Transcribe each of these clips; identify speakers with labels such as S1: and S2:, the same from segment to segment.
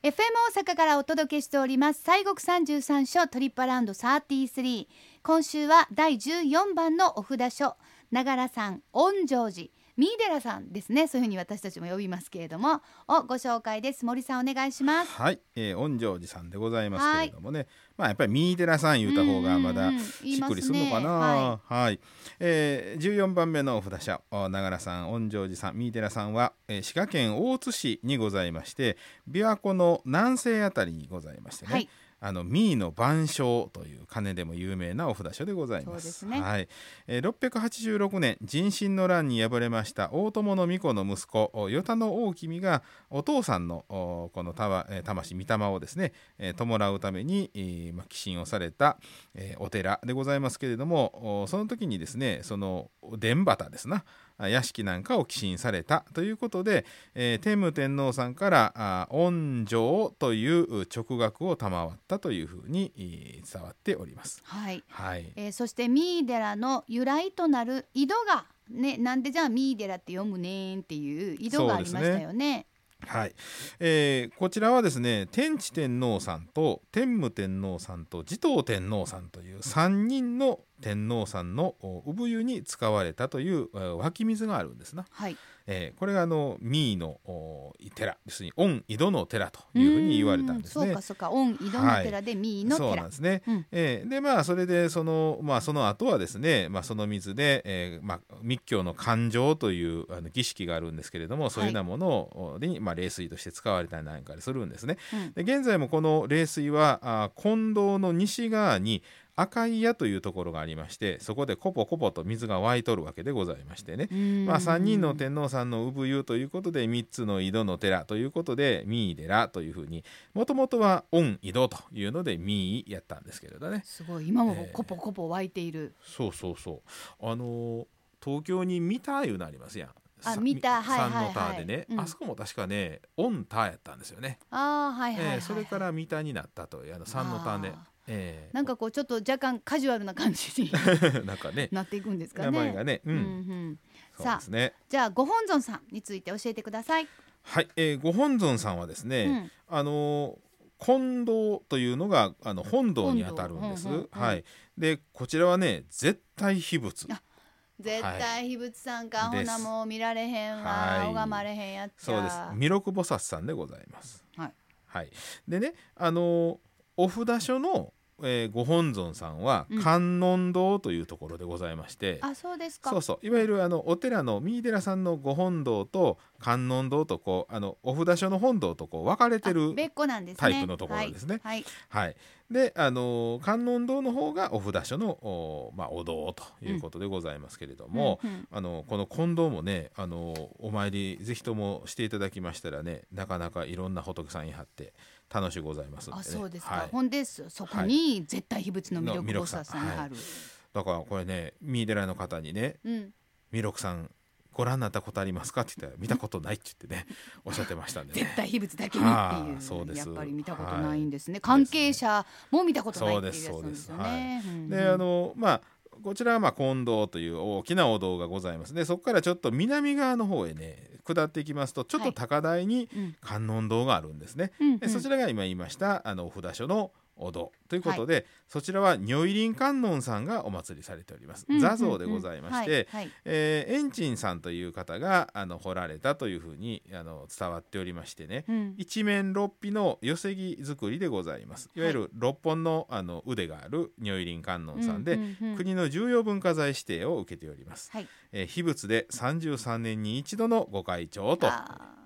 S1: FM 大阪からお届けしております西国33所トリップアラウンド33。今週は第14番のお札所、長良山恩成寺三井寺さんですね、そういうふうに私たちも呼びますけれども、をご紹介です。森さんお願いします。
S2: はい、恩成寺さんでございますけれどもね、やっぱり三井寺さん言うた方がまだしっくりするのかな。はい、14番目のお札所、長良山恩成寺さん三井寺さんは、滋賀県大津市にございまして、琵琶湖の南西あたりにございましてね、
S1: はい
S2: 三井の晩鐘という鐘でも有名なお札所でございます。
S1: そうですね。
S2: はい、686年壬申の乱に敗れました大友皇子の息子与田の大君がお父さんのこの魂御霊をですね、弔うために、寄進をされた、お寺でございますけれども、その時にですね、その伝端ですな屋敷なんかを寄進されたということで、天武天皇さんから恩成という直学を賜ったというふうに伝わっております。
S1: はい、
S2: はい。
S1: そして三井寺の由来となる井戸が、ね、なんでじゃあ三井寺って読むねんっていう井戸がありましたよね。
S2: はい、こちらはですね、天智天皇さんと天武天皇さんと持統天皇さんという3人の天皇さんの産湯に使われたという湧き水があるんですな。
S1: はい、
S2: これが三井の寺、要するに御井戸の寺というふうに言われたんですね。
S1: そうかそうか、御井戸の寺で三井の寺、
S2: そうなんですね。でそれでその後はですね、その水で、密教の灌頂という儀式があるんですけれども、そういうようなものに、冷水として使われたりなんかするんですね。で現在もこの冷水は金堂の西側に赤い屋というところがありまして、そこでコポコポと水が湧いとるわけでございましてね、3人の天皇さんの産湯ということで3つの井戸の寺ということで三井寺というふうに、もともとは御井戸というので三井やったんですけれどね。
S1: すごい、今もコポコポ湧いている。
S2: そう東京に三田いうのありますやん。
S1: 三田、
S2: 三の田でね、あそこも確かね御田やったんですよね。それから三田になったという三の田ね。
S1: なんかこうちょっと若干カジュアルな感じに
S2: なんかね
S1: なっていくんですかね、
S2: 名前がね。
S1: さあ、じゃあご本尊さんについて教えてください。
S2: はい、ご本尊さんはですね、金堂というのが本堂にあたるんです。はい。でこちらはね絶対秘仏。
S1: 絶対秘仏さんか、ほなもう見られへんわ、拝まれへんやっちゃ。
S2: そうです、弥勒菩薩さんでございます。
S1: はい、
S2: はい、でね、お札所の、ご本尊さんは観音堂というところでございまして、
S1: そうですか。
S2: いわゆるお寺の三井寺さんのご本堂と観音堂とこうお札所の本堂とこう分かれてる
S1: 別個なんですね、
S2: タイプのところですね。はいで観音堂の方がお札所のお堂ということでございますけれども、この金堂もねお参りぜひともしていただきましたらね、なかなかいろんな仏さんいはって楽しゅうございますのでね。
S1: そうですか。ほんでそこに絶対秘仏の弥勒菩薩さんがある。
S2: だからこれね、三井寺の方にね、弥勒さんご覧になったことありますかって言ったら、見たことないって言ってねおっしゃってましたんでね。
S1: 絶対秘仏だけにっていう、
S2: そうです。
S1: やっぱり見たことないんですね。関係者も見たことないっていうやつなんですよね。
S2: でこちらは金堂という大きなお堂がございます。でそこからちょっと南側の方へね下っていきますと、ちょっと高台に観音堂があるんですね。そちらが今言いましたお札所のお堂ということで、そちらは如意輪観音さんがお祭りされております。座像でございまして、円珍さんという方が彫られたというふうに伝わっておりましてね、一面六臂の寄せ木作りでございます。いわゆる6本の腕がある如意輪観音さんで、国の重要文化財指定を受けております。秘仏で33年に一度のご開帳と。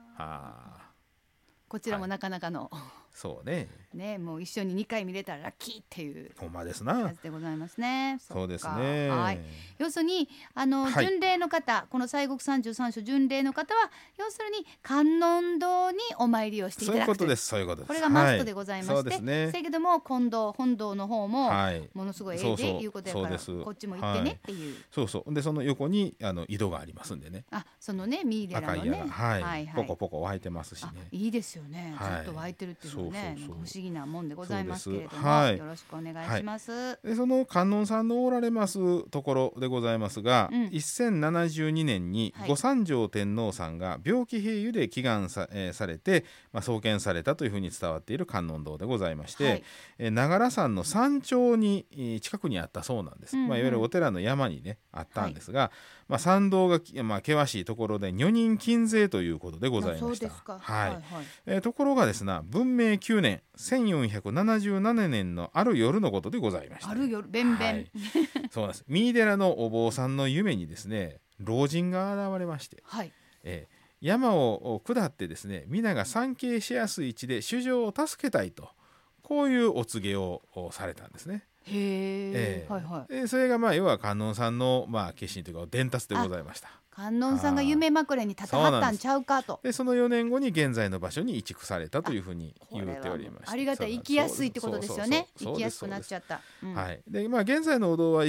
S1: こちらもなかなかの、
S2: そうね。
S1: もう一緒に2回見れたらラッキーっていう
S2: ほんまですな
S1: やつでございますね。
S2: そうですね。
S1: 要するに巡礼の方、この西国33所巡礼の方は要するに観音堂にお参りをしていただくという、
S2: そういうことです。
S1: これがマストでございまして、だけども金堂本堂の方もものすごいでいうことやから、こっちも行ってねっていう。
S2: でその横に井戸がありますんでね。
S1: そのね三井寺のね、
S2: ポコポコ湧いてますしね。
S1: いいですよね。ずっと湧いてるっていうのね、不思議なもんでございますけれども、
S2: はい、
S1: よろしくお願いします。はい、
S2: でその観音さんのおられますところでございますが、1072年に御三条天皇さんが病気併誘で祈願されて、創建されたというふうに伝わっている観音堂でございまして、長良山の山頂に近くにあったそうなんです。いわゆるお寺の山にねあったんですが、参道が、険しいところで女人禁制ということでございました。ところがですね、文明9年1477年のある夜のことでございました。
S1: ある夜、べんべん、
S2: そうなんです。三井寺のお坊さんの夢にですね、老人が現れまして、山を下ってですね、皆が参詣しやすい位置で衆生を助けたいと、こういうお告げをされたんですね。
S1: へ
S2: え、それが要は観音さんの決心というか伝達でございました。
S1: 観音さんが夢枕に立たはったんちゃうかと。
S2: でその4年後に現在の場所に移築されたというふうに言っておりまして、
S1: ありがたい、行きやすいってことですよね。行きやすくなっちゃった。
S2: で現在のお堂は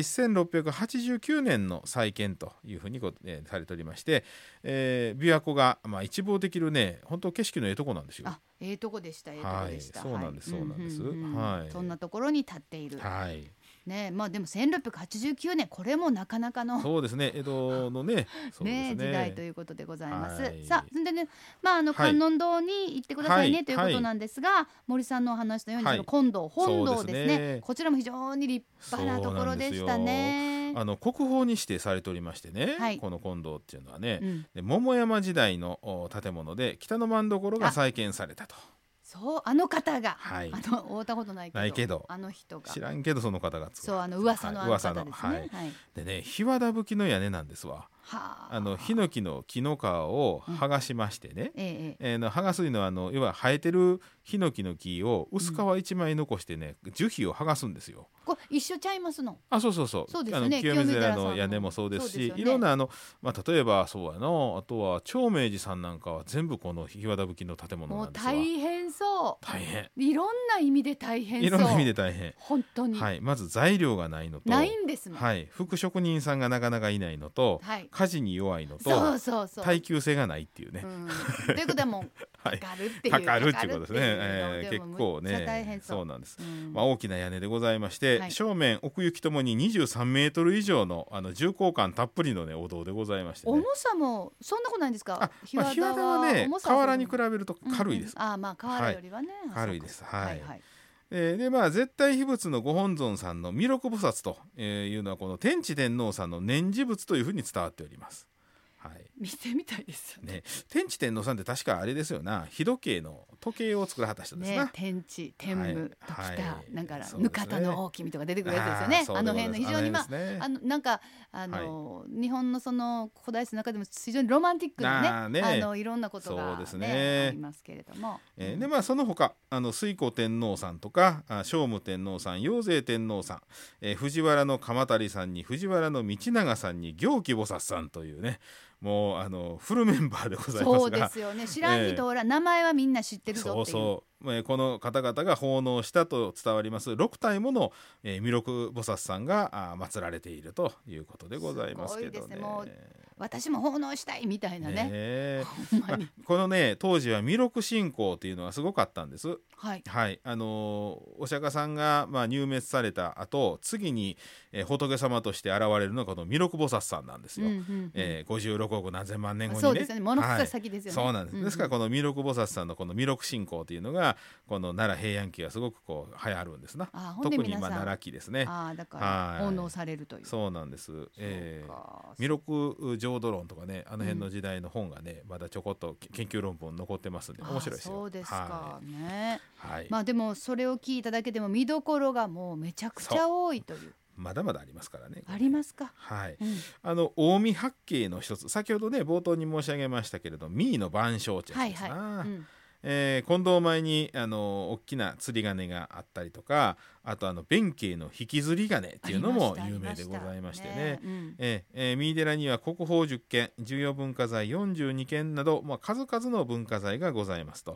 S2: 1689年の再建というふうにされておりまして、琵琶湖が一望できるね、本当景色のええとこなんですよ。
S1: ええとこでした、ええとこでした。
S2: そうなんです、そうなんです。
S1: そんなところに立っている。ね、でも1689年、これもなかなかの
S2: そうですね、江戸のね
S1: 時代ということでございます。さあ、でね、観音堂に行ってくださいねということなんですが、森さんのお話のようにその本堂ですね、こちらも非常に立派なところでしたね。
S2: 国宝に指定されておりましてね、この本堂っていうのはね、桃山時代の建物で北の真所が再建されたと。
S1: そう、あの方が、会ったことないけど、あの人が
S2: 知らんけど、その方が
S1: そう、噂のあの方ですね。
S2: でね、檜皮葺きの屋根なんですわ。ヒノキの木の皮を剥がしましてね、剥がすのは要は生えてるヒノキの木を薄皮一枚残してね、樹皮を剥がすんですよ。
S1: これ一緒ちゃいますの？
S2: そうですね。清水寺の屋根もそうですし、いろんな例えばそうやの、あとは長明寺さんなんかは全部この檜皮葺きの建物なんですわ。
S1: もう大変そう。
S2: 大変。
S1: いろんな意味で大変そう。
S2: いろんな意味で大変。
S1: 本当に。
S2: まず材料がないのと、
S1: ないんですね。
S2: 副職人さんがなかなかいないのと、火事に弱いのと、耐久性がないっていうね。
S1: ということはもうかかるっていう。
S2: かかるっていうことですね。結構ね、そうなんです。大きな屋根でございまして、正面奥行きともに23メートル以上の重厚感たっぷりのねお堂でございまして、
S1: 重さもそんなことないんですか？
S2: 檜皮はね、瓦に比べると軽いです。
S1: 瓦よりはね、
S2: 軽いです。で絶対秘仏のご本尊さんの弥勒菩薩というのはこの天智天皇さんの念持仏というふうに伝わっております。
S1: 見てみたいですよね。
S2: 天智天皇さんって確かあれですよな、日時計の時計を作らはった人ですな。
S1: 天智天武ときた、なんかぬかたの大きみとか出てくるやつですよね。あの辺の非常になんか日本のその古代史の中でも非常にロマンティックなね、いろんなことがありますけれども、
S2: でその他推古天皇さんとか聖武天皇さん、陽勢天皇さん、藤原の鎌足さんに藤原の道長さんに行基菩薩さんというね、もうフルメンバーでございますが、
S1: そうですよね。知らん人名前はみんな知ってるぞっていう。
S2: この方々が奉納したと伝わります6体もの弥勒菩薩さんが祀られているということでございますけどね。すごいですね。もう
S1: 私も奉納したいみたいなね。
S2: このね当時は弥勒信仰というのがすごかったんです。お釈迦さんが入滅された後、次に仏様として現れるのがこの弥勒菩薩さんなんですよ。56億何千万年後にね。
S1: そうですよね。ものすごい先ですよね。
S2: そうなんです。ですからこの弥勒菩薩さんのこの弥勒信仰というのがこの奈良平安期はすごくこう流行るんですな。特に奈良期ですね。
S1: だから奉納されるという。
S2: そうなんです。弥勒浄土論とかね、あの辺の時代の本がね、まだちょこっと研究論文残ってますんで面白いですよ。
S1: そうですかね。でもそれを聞いただけでも見どころがもうめちゃくちゃ多いという。
S2: まだまだありますからね。
S1: ありますか。
S2: 近江八景の一つ、先ほどね冒頭に申し上げましたけれど、三井の晩鐘ってやつですな。金堂前に大きな釣り鐘があったりとか、あと弁慶の引きずり鐘っていうのも有名でございましてね。三井寺には国宝10件、重要文化財42件など、数々の文化財がございますと。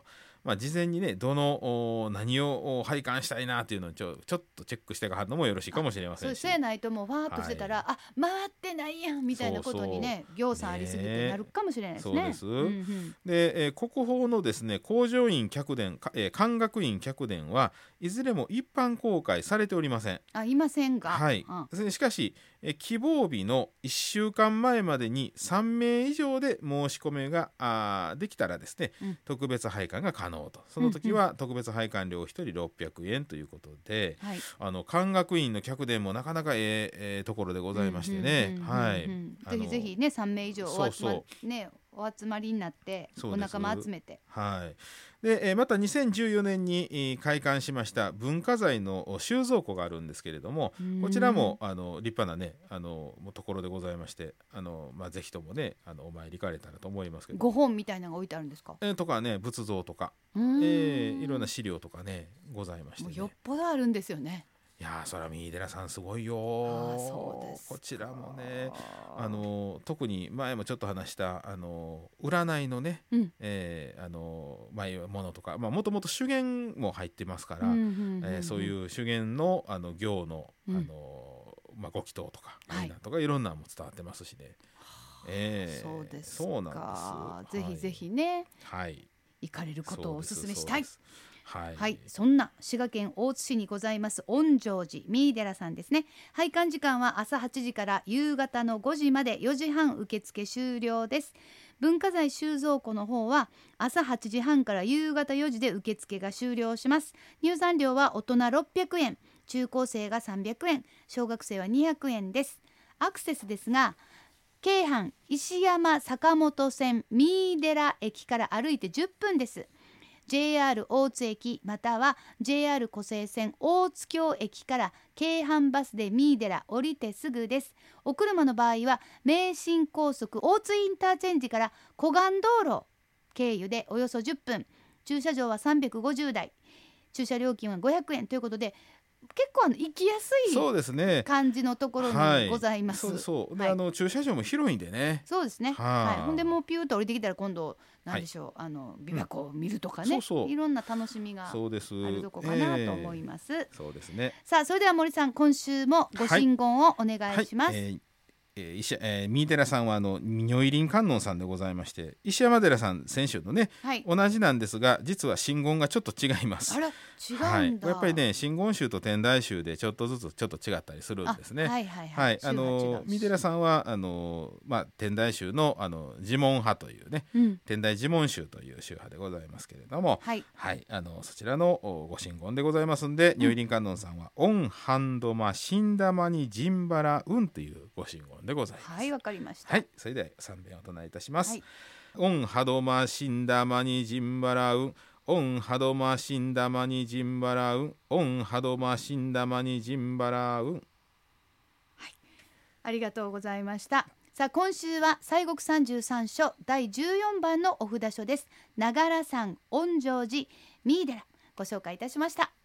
S2: 事前にね何を拝観したいなっていうのをちょっとチェックしてからのもよろしいかもしれませんし、
S1: そうやないともうわーっとしてたら、回ってないやんみたいなことにね行さんありすぎてなるかもしれないですね。
S2: そうです、で、国宝のですね工場院客殿、漢学院客殿はいずれも一般公開されておりません。
S1: いませんが、
S2: しかし希望日の1週間前までに3名以上で申し込みができたらですね、特別拝観が可能と。その時は特別拝観料1人600円ということで、漢学院の客殿もなかなかところでございましてね、
S1: ぜひぜひね3名以上お集まりになってお仲間集めて、
S2: でまた2014年に開館しました文化財の収蔵庫があるんですけれども、こちらも立派なねところでございまして、ぜひともねお参り行かれたらと思いますけど、
S1: ご本みたいなのが置いてあるんですか？
S2: とかね仏像とか、いろんな資料とかねございまして、ね、
S1: もうよっぽどあるんですよね。
S2: いやそれは三井寺さんすごいよ。
S1: そうですか。
S2: こちらもね特に前もちょっと話した占いのね、ものとかもともと修験も入ってますから、そういう修験の行の、ご祈祷とか、とかいろんなのも伝わってますしね。
S1: そうですか。
S2: そうなんです。
S1: ぜひぜひね、行かれることをお勧めしたい。そんな滋賀県大津市にございます恩成寺三井寺さんですね。拝観時間は朝8時から夕方の5時まで4時半受付終了です。文化財収蔵庫の方は朝8時半から夕方4時で受付が終了します。入山料は大人600円、中高生が300円、小学生は200円です。アクセスですが京阪石山坂本線三井寺駅から歩いて10分です。JR 大津駅または JR 湖西線大津京駅から京阪バスで三井寺降りてすぐです。お車の場合は名神高速大津インターチェンジから湖岸道路経由でおよそ10分、駐車場は350台、駐車料金は500円ということで結構行きやすい感じのところにございます。
S2: で駐車場も広いんでね。
S1: そうですね。ほんでもうピューと降りてきたら今度何でしょう、琵琶湖を見るとかね、いろんな楽しみがあるとこかなと思います。
S2: そうですね。
S1: さあそれでは森さん今週もご神言をお願いします。
S2: 三井寺さんは如意輪観音さんでございまして、石山寺さん先週のね、同じなんですが実は真言がちょっと違います。
S1: あら違うんだ。
S2: やっぱりね真言宗と天台宗でちょっとずつちょっと違ったりするんですね。三井寺さんは天台宗の呪文派というね、天台呪文宗という宗派でございますけれども、そちらのご神言でございますんで、如意輪観音さんはオンハンドマシンダマニジンバラウンというご神言でございます。
S1: わかりました。
S2: それでは3遍お唱えいたします。オンハドマシンダマニジンバラウン、オンハドマシンダマニジンバラウン、オンハドマシンダマニジンバラウン。
S1: ありがとうございました。さあ今週は西国33所第14番のお札書です。長良山恩成寺三井寺ご紹介いたしました。